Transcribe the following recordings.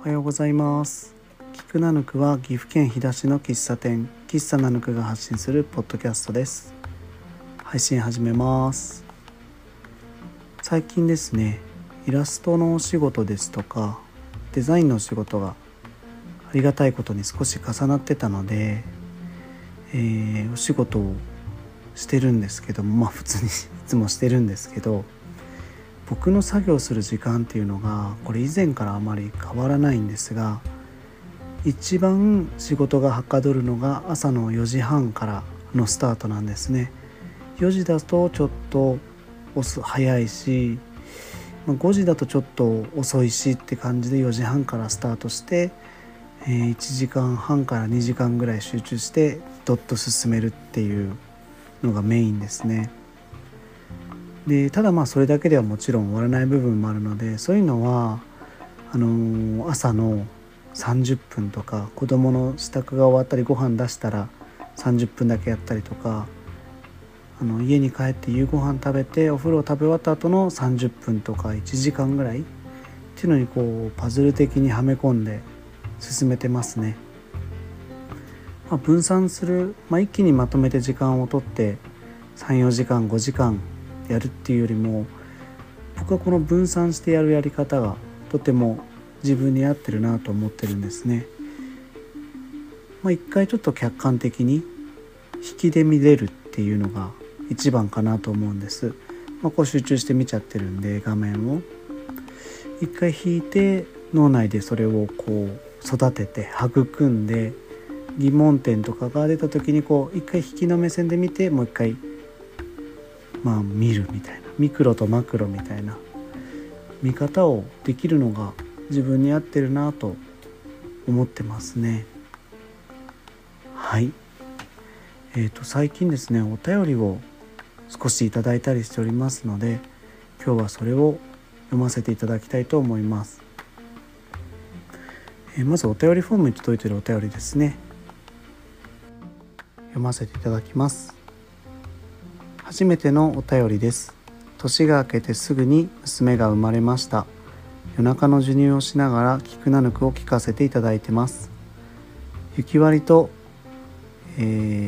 おはようございます。キクナヌクは岐阜県飛騨市の喫茶店喫茶ナヌクが発信するポッドキャストです。配信始めます。最近ですね、イラストのお仕事ですとかデザインのお仕事がありがたいことに少し重なってたので、お仕事をしてるんですけども、普通にいつもしてるんですけど、僕の作業する時間っていうのがこれ以前からあまり変わらないんですが、一番仕事がはかどるのが朝の4時半からのスタートなんですね。4時だとちょっと早いし、5時だとちょっと遅いしって感じで4時半からスタートして、1時間半から2時間ぐらい集中してどっと進めるっていうのがメインですね。でただそれだけではもちろん終わらない部分もあるので、そういうのは朝の30分とか、子供の支度が終わったりご飯出したら30分だけやったりとか、家に帰って夕ご飯食べてお風呂を食べ終わった後の30分とか1時間ぐらいっていうのにパズル的にはめ込んで進めてますね。分散する、一気にまとめて時間をとって3、4時間5時間やるっていうよりも、僕はこの分散してやるやり方がとても自分に合ってるなと思ってるんですね。一回ちょっと客観的に引きで見れるっていうのが一番かなと思うんです。集中して見ちゃってるんで、画面を一回引いて脳内でそれを育てて育んで、疑問点とかが出た時に一回引きの目線で見て、もう一回見るみたいな、ミクロとマクロみたいな見方をできるのが自分に合ってるなと思ってますね。はい。最近ですね、お便りを少しいただいたりしておりますので、今日はそれを読ませていただきたいと思います。まずお便りフォームに届いているお便りですね、読ませていただきます。初めてのお便りです。年が明けてすぐに娘が生まれました。夜中の授乳をしながらキクナヌクを聞かせていただいてます。雪割と、こ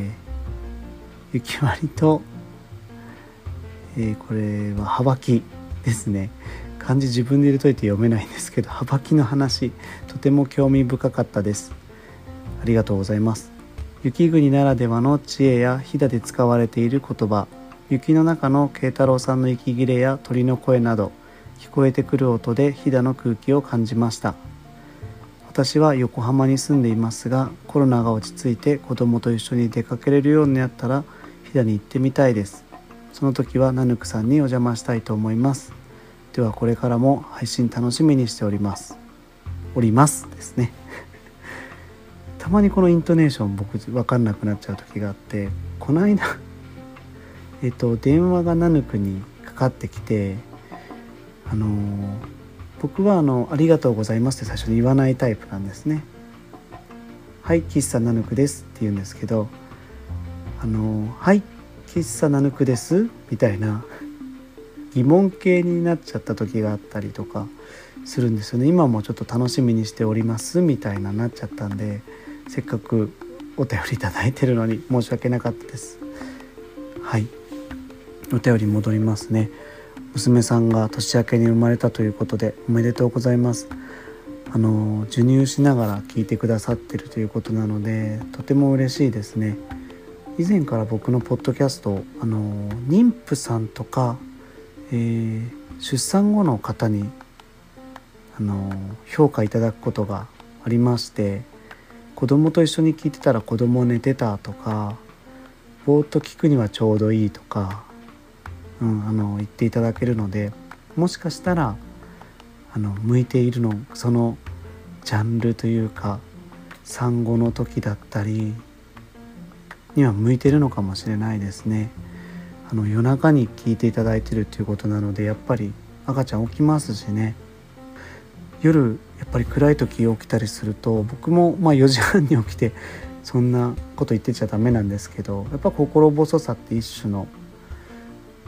れははばきですね。漢字自分で入れといて読めないんですけど、はばきの話とても興味深かったです。ありがとうございます。雪国ならではの知恵や飛騨で使われている言葉、雪の中の慶太郎さんの息切れや鳥の声など、聞こえてくる音で飛騨の空気を感じました。私は横浜に住んでいますが、コロナが落ち着いて子供と一緒に出かけれるようになったら飛騨に行ってみたいです。その時はナヌクさんにお邪魔したいと思います。ではこれからも配信楽しみにしておりますですね。たまにこのイントネーション僕分かんなくなっちゃう時があって、この間電話がナヌクにかかってきて、僕はありがとうございますって最初に言わないタイプなんですね。はい、喫茶ナヌクですって言うんですけど、はい、喫茶ナヌクですみたいな疑問形になっちゃった時があったりとかするんですよね。今もちょっと楽しみにしておりますみたいななっちゃったんで、せっかくお便りいただいてるのに申し訳なかったです。はい、お便り戻りますね。娘さんが年明けに生まれたということでおめでとうございます。授乳しながら聞いてくださってるということなので、とても嬉しいですね。以前から僕のポッドキャスト、妊婦さんとか、出産後の方に評価いただくことがありまして、子供と一緒に聞いてたら子供寝てたとか、ぼーっと聞くにはちょうどいいとか、言っていただけるので、もしかしたら向いているの、そのジャンルというか産後の時だったりには向いているのかもしれないですね。夜中に聞いていただいているということなので、やっぱり赤ちゃん起きますしね。夜やっぱり暗い時起きたりすると、僕も4時半に起きてそんなこと言ってちゃダメなんですけど、やっぱ心細さって一種の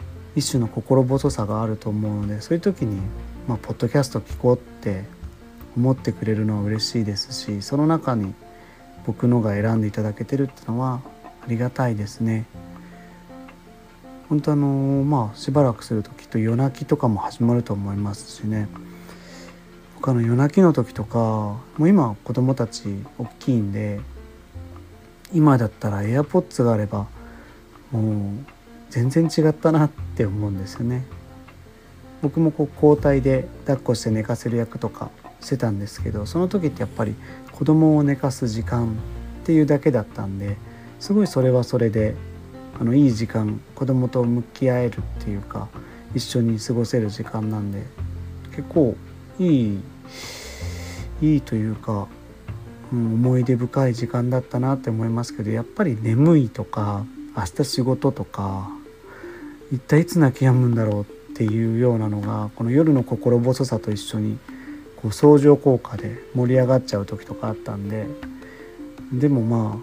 心細さがあると思うので、そういう時にポッドキャスト聞こうって思ってくれるのは嬉しいですし、その中に僕のが選んでいただけてるってのはありがたいですね。本当しばらくするときっと夜泣きとかも始まると思いますしね。他の夜泣きの時とか、もう今子供たち大きいんで、今だったら AirPods があればもう全然違ったなって思うんですよね。僕も交代で抱っこして寝かせる役とかしてたんですけど、その時ってやっぱり子供を寝かす時間っていうだけだったんで、すごいそれはそれでいい時間、子供と向き合えるっていうか一緒に過ごせる時間なんで、結構いいというか、思い出深い時間だったなって思いますけど、やっぱり眠いとか明日仕事とか一体いつ泣き止むんだろうっていうようなのが、この夜の心細さと一緒に相乗効果で盛り上がっちゃう時とかあったんで、でも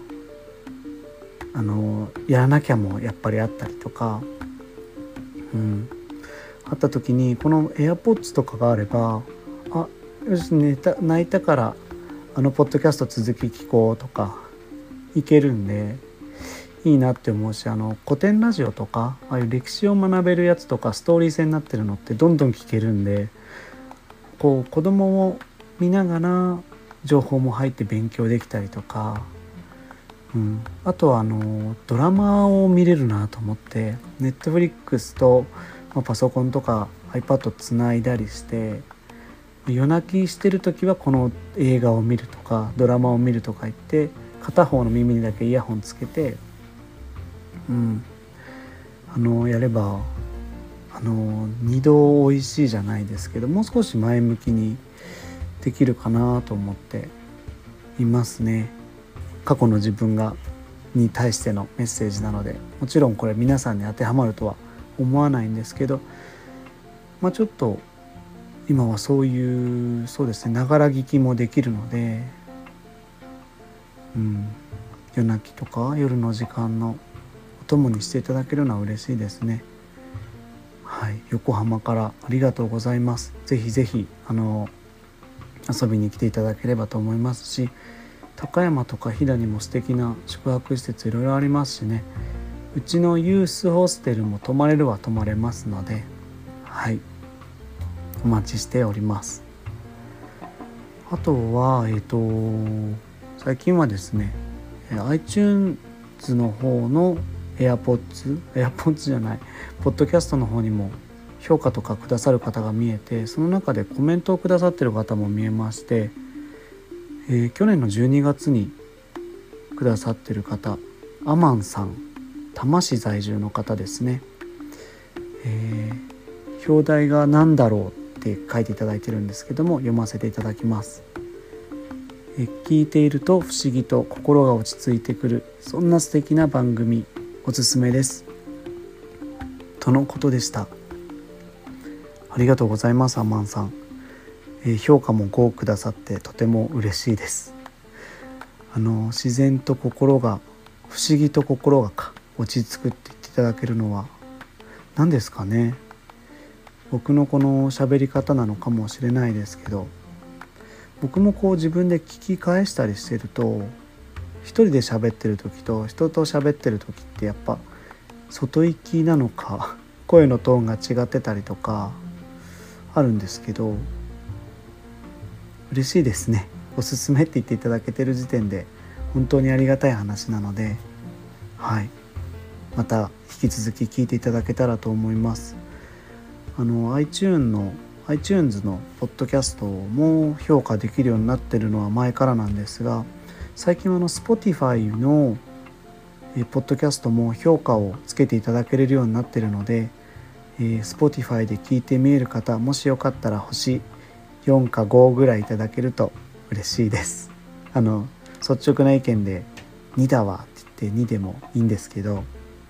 やらなきゃもやっぱりあったりとか、あった時にこの AirPods とかがあれば、よし泣いたからポッドキャスト続き聞こうとかいけるんでいいなって思うし、古典ラジオとかああいう歴史を学べるやつとかストーリー性になってるのってどんどん聞けるんで、子供を見ながら情報も入って勉強できたりとか、あとはドラマを見れるなと思って、Netflix と、パソコンとか iPad つないだりして、夜泣きしてる時はこの映画を見るとかドラマを見るとか言って、片方の耳にだけイヤホンつけて、やれば二度おいしいじゃないですけど、もう少し前向きにできるかなと思っていますね。過去の自分に対してのメッセージなので、もちろんこれ皆さんに当てはまるとは思わないんですけど、ちょっと今はそうですね、ながら聞きもできるので、夜泣きとか夜の時間のお供にしていただけるのは嬉しいですね。はい、横浜からありがとうございます。ぜひぜひ遊びに来ていただければと思いますし、高山とか飛騨にも素敵な宿泊施設いろいろありますしね、うちのユースホステルも泊まれるは泊まれますので、お待ちしております。あとは最近はですね、iTunes の方のAirPods じゃない、ポッドキャストの方にも評価とかくださる方が見えて、その中でコメントをくださってる方も見えまして、去年の12月にくださってる方、アマンさん、多摩市在住の方ですね。表題が何だろうって書いていただいてるんですけども、読ませていただきます。聞いていると不思議と心が落ち着いてくる、そんな素敵な番組おすすめですとのことでした。ありがとうございます。アマンさん、評価も5くださってとても嬉しいです。自然と心が、不思議と心が落ち着くって言っていただけるのは何ですかね。僕のこの喋り方なのかもしれないですけど、僕も自分で聞き返したりしてると、一人で喋ってる時と人と喋ってる時ってやっぱ外行きなのか声のトーンが違ってたりとかあるんですけど、嬉しいですね。おすすめって言っていただけてる時点で本当にありがたい話なので、また引き続き聞いていただけたらと思います。iTunes のポッドキャストも評価できるようになってるのは前からなんですが、最近はSpotify のポッドキャストも評価をつけていただけれるようになってるので、Spotify で聞いてみえる方、もしよかったら星4か5ぐらいいただけると嬉しいです。率直な意見で2だわって言って2でもいいんですけど、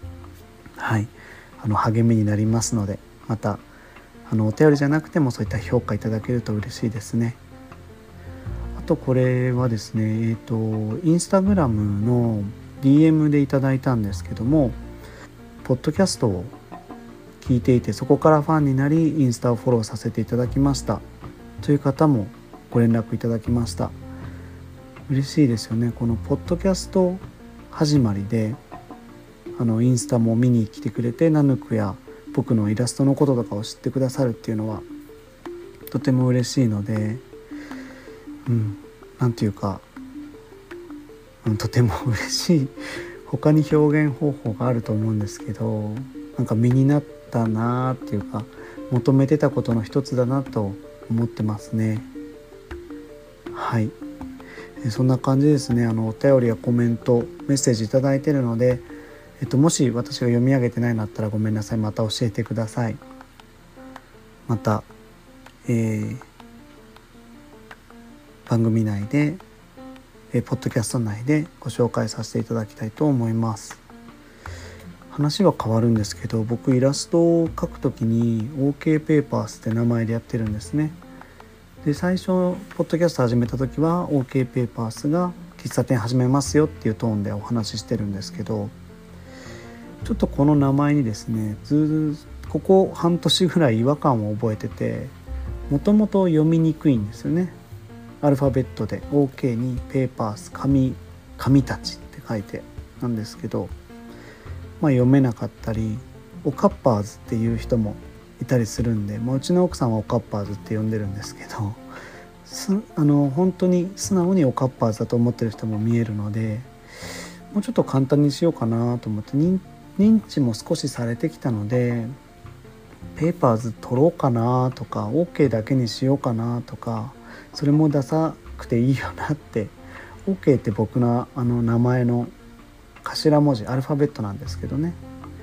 励みになりますので、またお便りじゃなくてもそういった評価いただけると嬉しいですね。あとこれはですね、インスタグラムの DM でいただいたんですけども、ポッドキャストを聞いていてそこからファンになりインスタをフォローさせていただきましたという方もご連絡いただきました。嬉しいですよね。このポッドキャスト始まりでインスタも見に来てくれて、ナヌクや僕のイラストのこととかを知ってくださるっていうのはとても嬉しいので、なんていうか、とても嬉しい。他に表現方法があると思うんですけど、なんか身になったなっていうか、求めてたことの一つだなと思ってますね。はい、そんな感じですね。お便りやコメント、メッセージいただいているので、もし私が読み上げてないのだったらごめんなさい。また教えてください。また、番組内で、ポッドキャスト内でご紹介させていただきたいと思います。話は変わるんですけど、僕イラストを描くときに OK ペーパースって名前でやってるんですね。で、最初ポッドキャスト始めたときは OK ペーパースが喫茶店始めますよっていうトーンでお話ししてるんですけど、ちょっとこの名前にですね、ここ半年ぐらい違和感を覚えてて、もともと読みにくいんですよね。アルファベットで OK にペーパース、紙たちって書いてなんですけど、読めなかったり、オカッパーズっていう人もいたりするんで、うちの奥さんはオカッパーズって呼んでるんですけど、本当に素直にオカッパーズだと思ってる人も見えるので、もうちょっと簡単にしようかなと思って、認知も少しされてきたので、ペーパーズ取ろうかなとか OK だけにしようかなとか、それもダサくていいよなって、 OK って僕の名前の頭文字アルファベットなんですけどね、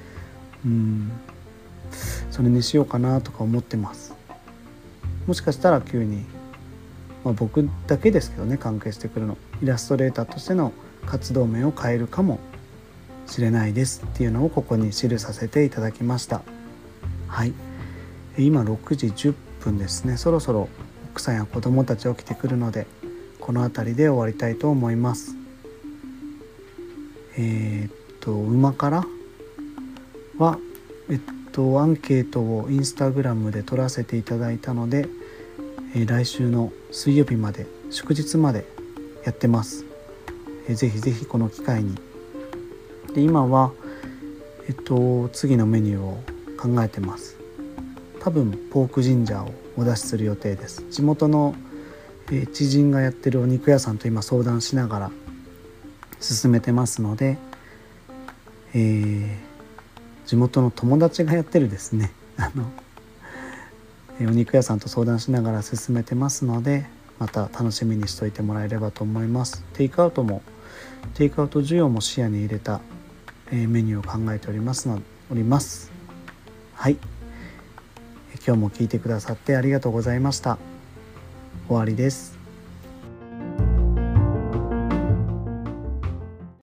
それにしようかなとか思ってます。もしかしたら急に、僕だけですけどね、関係してくるの、イラストレーターとしての活動面を変えるかもしれないですっていうのをここに記させていただきました。はい、今6時10分ですね。そろそろ奥さんや子供たち起きてくるので、この辺りで終わりたいと思います。馬からはアンケートをインスタグラムで取らせていただいたので、来週の水曜日まで、祝日までやってます。ぜひぜひこの機会に。で、今は次のメニューを考えてます。多分ポークジンジャーをお出しする予定です。地元の知人がやってるお肉屋さんと今相談しながら進めてますので、地元の友達がやってるですね、お肉屋さんと相談しながら進めてますので、また楽しみにしておいてもらえればと思います。テイクアウト需要も視野に入れたメニューを考えております。はい、今日も聞いてくださってありがとうございました。終わりです。